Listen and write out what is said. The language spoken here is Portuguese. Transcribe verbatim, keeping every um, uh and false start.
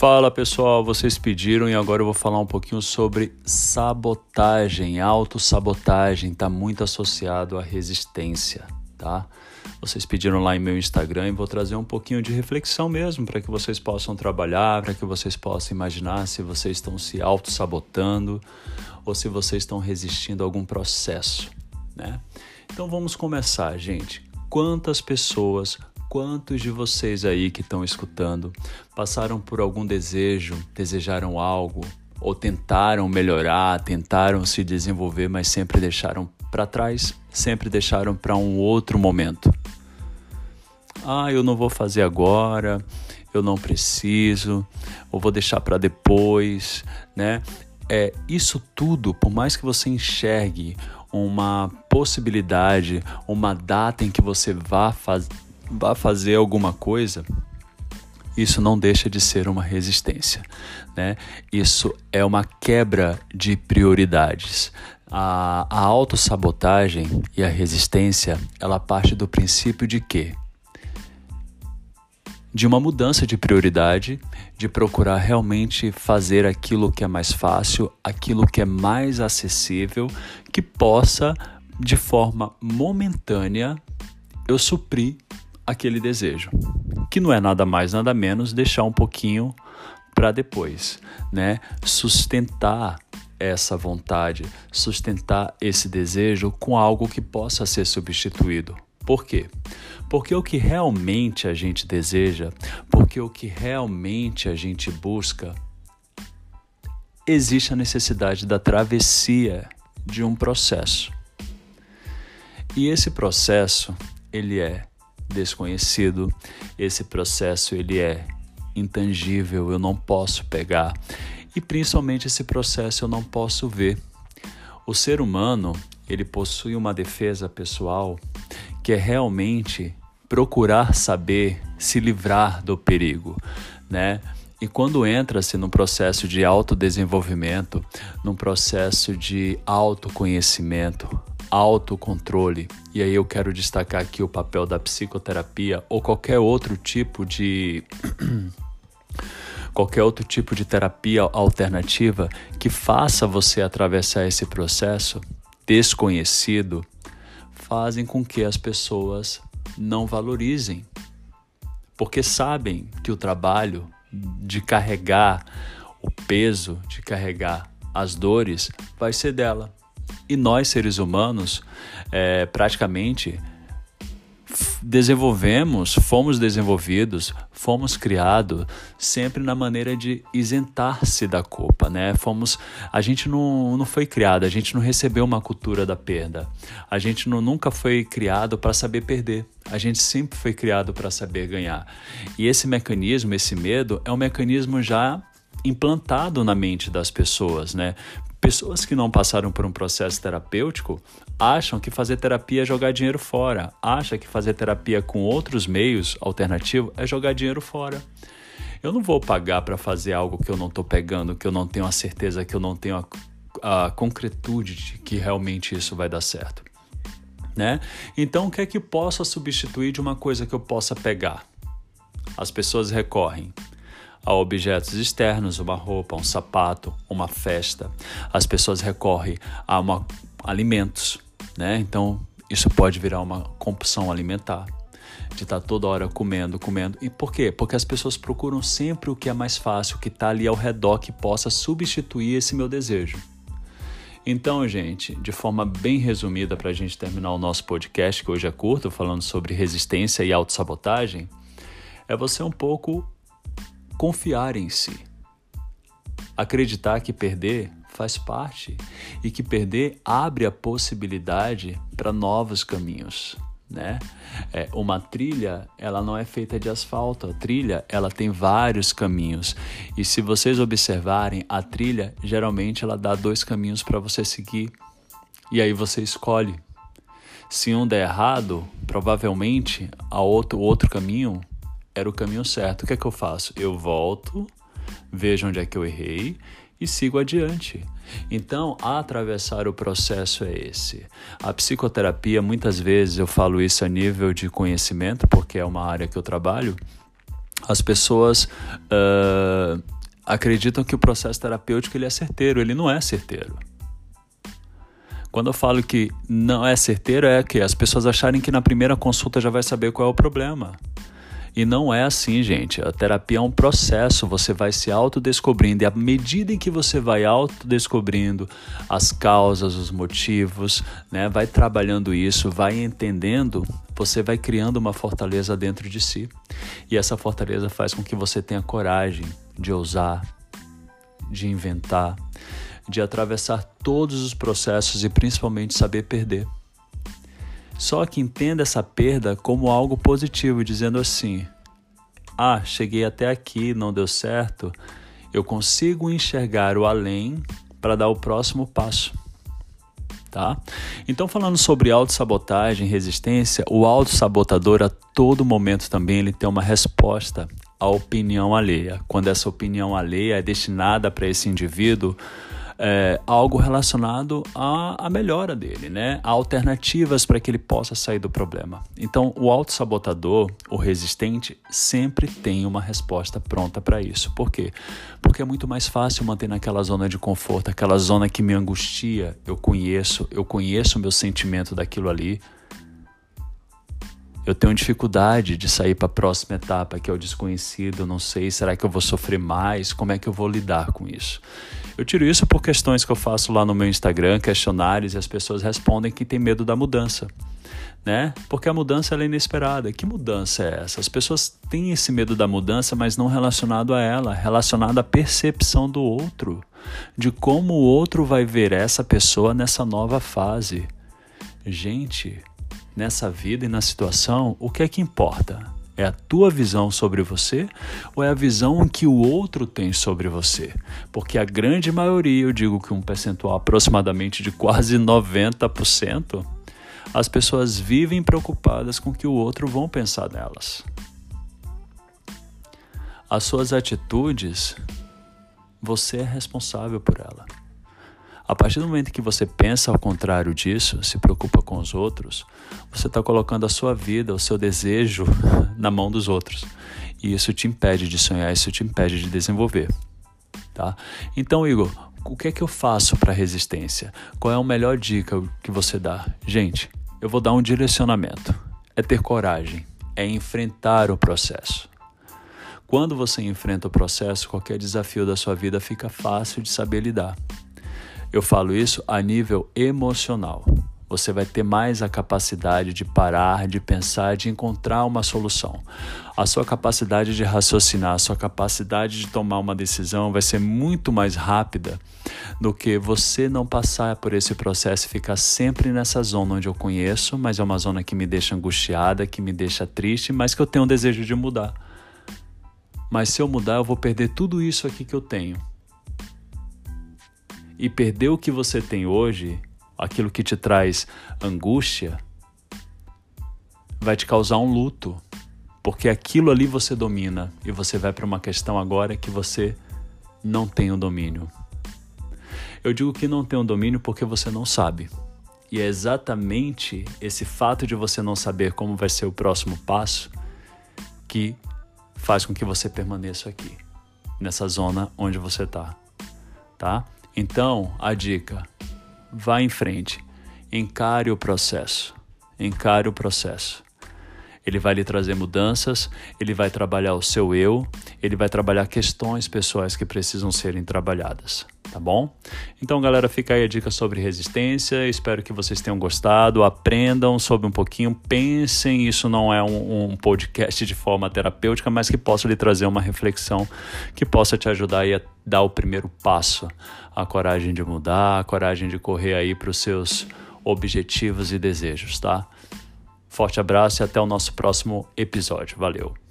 Fala pessoal, vocês pediram e agora eu vou falar um pouquinho sobre sabotagem, autossabotagem, está muito associado à resistência, tá? Vocês pediram lá em meu Instagram e vou trazer um pouquinho de reflexão mesmo para que vocês possam trabalhar, para que vocês possam imaginar se vocês estão se autossabotando ou se vocês estão resistindo a algum processo, né? Então vamos começar, gente. Quantas pessoas... Quantos de vocês aí que estão escutando passaram por algum desejo, desejaram algo ou tentaram melhorar, tentaram se desenvolver, mas sempre deixaram para trás, sempre deixaram para um outro momento? Ah, eu não vou fazer agora, eu não preciso, ou vou deixar para depois, né? É, isso tudo, por mais que você enxergue uma possibilidade, uma data em que você vá fazer, vá fazer alguma coisa, isso não deixa de ser uma resistência, né? Isso é uma quebra de prioridades. A, a autossabotagem e a resistência, ela parte do princípio de quê? De uma mudança de prioridade, de procurar realmente fazer aquilo que é mais fácil, aquilo que é mais acessível, que possa, de forma momentânea, eu suprir aquele desejo, que não é nada mais, nada menos deixar um pouquinho para depois, né? Sustentar essa vontade, sustentar esse desejo com algo que possa ser substituído. Por quê? Porque o que realmente a gente deseja, porque o que realmente a gente busca, existe a necessidade da travessia de um processo. E esse processo, ele é desconhecido, esse processo ele é intangível, eu não posso pegar e principalmente esse processo eu não posso ver. O ser humano, ele possui uma defesa pessoal que é realmente procurar saber se livrar do perigo, né? E quando entra-se num processo de autodesenvolvimento, num processo de autoconhecimento, autocontrole, e aí eu quero destacar aqui o papel da psicoterapia ou qualquer outro tipo de qualquer outro tipo de terapia alternativa que faça você atravessar esse processo desconhecido, fazem com que as pessoas não valorizem, porque sabem que o trabalho de carregar o peso, de carregar as dores, vai ser dela. E nós, seres humanos, é, praticamente desenvolvemos, fomos desenvolvidos, fomos criados sempre na maneira de isentar-se da culpa, né? Fomos, a gente não, não foi criado, a gente não recebeu uma cultura da perda. A gente não, nunca foi criado para saber perder. A gente sempre foi criado para saber ganhar. E esse mecanismo, esse medo, é um mecanismo já implantado na mente das pessoas, né? Pessoas que não passaram por um processo terapêutico acham que fazer terapia é jogar dinheiro fora, acham que fazer terapia com outros meios alternativos é jogar dinheiro fora. Eu não vou pagar para fazer algo que eu não estou pegando, que eu não tenho a certeza, que eu não tenho a, a concretude de que realmente isso vai dar certo, né? Então, o que é que possa substituir de uma coisa que eu possa pegar? As pessoas recorrem a objetos externos, uma roupa, um sapato, uma festa. As pessoas recorrem a uma, alimentos, né? Então, isso pode virar uma compulsão alimentar, de estar toda hora comendo, comendo. E por quê? Porque as pessoas procuram sempre o que é mais fácil, o que está ali ao redor, que possa substituir esse meu desejo. Então, gente, de forma bem resumida, para a gente terminar o nosso podcast, que hoje é curto, falando sobre resistência e autossabotagem, é você um pouco confiar em si, acreditar que perder faz parte e que perder abre a possibilidade para novos caminhos, né? É, uma trilha, ela não é feita de asfalto, a trilha, ela tem vários caminhos e se vocês observarem, a trilha, geralmente ela dá dois caminhos para você seguir e aí você escolhe. Se um der errado, provavelmente a outro, o outro caminho era o caminho certo. O que é que eu faço? Eu volto, vejo onde é que eu errei e sigo adiante. Então, atravessar o processo é esse. A psicoterapia, muitas vezes eu falo isso a nível de conhecimento, porque é uma área que eu trabalho. As pessoas uh, acreditam que o processo terapêutico ele é certeiro, ele não é certeiro. Quando eu falo que não é certeiro, é que as pessoas acharem que na primeira consulta já vai saber qual é o problema. E não é assim, gente. A terapia é um processo, você vai se autodescobrindo. E à medida em que você vai autodescobrindo as causas, os motivos, né, vai trabalhando isso, vai entendendo, você vai criando uma fortaleza dentro de si. E essa fortaleza faz com que você tenha coragem de ousar, de inventar, de atravessar todos os processos e principalmente saber perder. Só que entenda essa perda como algo positivo, dizendo assim: ah, cheguei até aqui, não deu certo, eu consigo enxergar o além para dar o próximo passo. Tá? Então, falando sobre autossabotagem, resistência, o autossabotador a todo momento também ele tem uma resposta à opinião alheia. Quando essa opinião alheia é destinada para esse indivíduo, É, algo relacionado à, à melhora dele, né? A alternativas para que ele possa sair do problema. Então, o autossabotador, o resistente, sempre tem uma resposta pronta para isso. Por quê? Porque é muito mais fácil manter naquela zona de conforto, aquela zona que me angustia. Eu conheço, eu conheço o meu sentimento daquilo ali. Eu tenho dificuldade de sair para a próxima etapa, que é o desconhecido, não sei, será que eu vou sofrer mais? Como é que eu vou lidar com isso? Eu tiro isso por questões que eu faço lá no meu Instagram, questionários, e as pessoas respondem que tem medo da mudança, né? Porque a mudança ela é inesperada. Que mudança é essa? As pessoas têm esse medo da mudança, mas não relacionado a ela, relacionado à percepção do outro, de como o outro vai ver essa pessoa nessa nova fase. Gente, nessa vida e na situação, o que é que importa? É a tua visão sobre você ou é a visão que o outro tem sobre você? Porque a grande maioria, eu digo que um percentual aproximadamente de quase noventa por cento, as pessoas vivem preocupadas com o que o outro vão pensar nelas. As suas atitudes, você é responsável por ela. A partir do momento que você pensa ao contrário disso, se preocupa com os outros, você está colocando a sua vida, o seu desejo na mão dos outros. E isso te impede de sonhar, isso te impede de desenvolver. Tá? Então, Igor, o que é que eu faço para resistência? Qual é a melhor dica que você dá? Gente, eu vou dar um direcionamento. É ter coragem, é enfrentar o processo. Quando você enfrenta o processo, qualquer desafio da sua vida fica fácil de saber lidar. Eu falo isso a nível emocional. Você vai ter mais a capacidade de parar, de pensar, de encontrar uma solução. A sua capacidade de raciocinar, a sua capacidade de tomar uma decisão vai ser muito mais rápida do que você não passar por esse processo e ficar sempre nessa zona onde eu conheço, mas é uma zona que me deixa angustiada, que me deixa triste, mas que eu tenho um desejo de mudar. Mas se eu mudar, eu vou perder tudo isso aqui que eu tenho. E perder o que você tem hoje, aquilo que te traz angústia, vai te causar um luto, porque aquilo ali você domina e você vai para uma questão agora que você não tem o domínio. Eu digo que não tem o domínio porque você não sabe. E é exatamente esse fato de você não saber como vai ser o próximo passo que faz com que você permaneça aqui, nessa zona onde você está, tá? Então, a dica, vá em frente, encare o processo, encare o processo. Ele vai lhe trazer mudanças, ele vai trabalhar o seu eu, ele vai trabalhar questões pessoais que precisam serem trabalhadas, tá bom? Então, galera, fica aí a dica sobre resistência, espero que vocês tenham gostado, aprendam sobre um pouquinho, pensem, isso não é um, um podcast de forma terapêutica, mas que possa lhe trazer uma reflexão que possa te ajudar aí a dar o primeiro passo, a coragem de mudar, a coragem de correr aí para os seus objetivos e desejos, tá? Forte abraço e até o nosso próximo episódio. Valeu!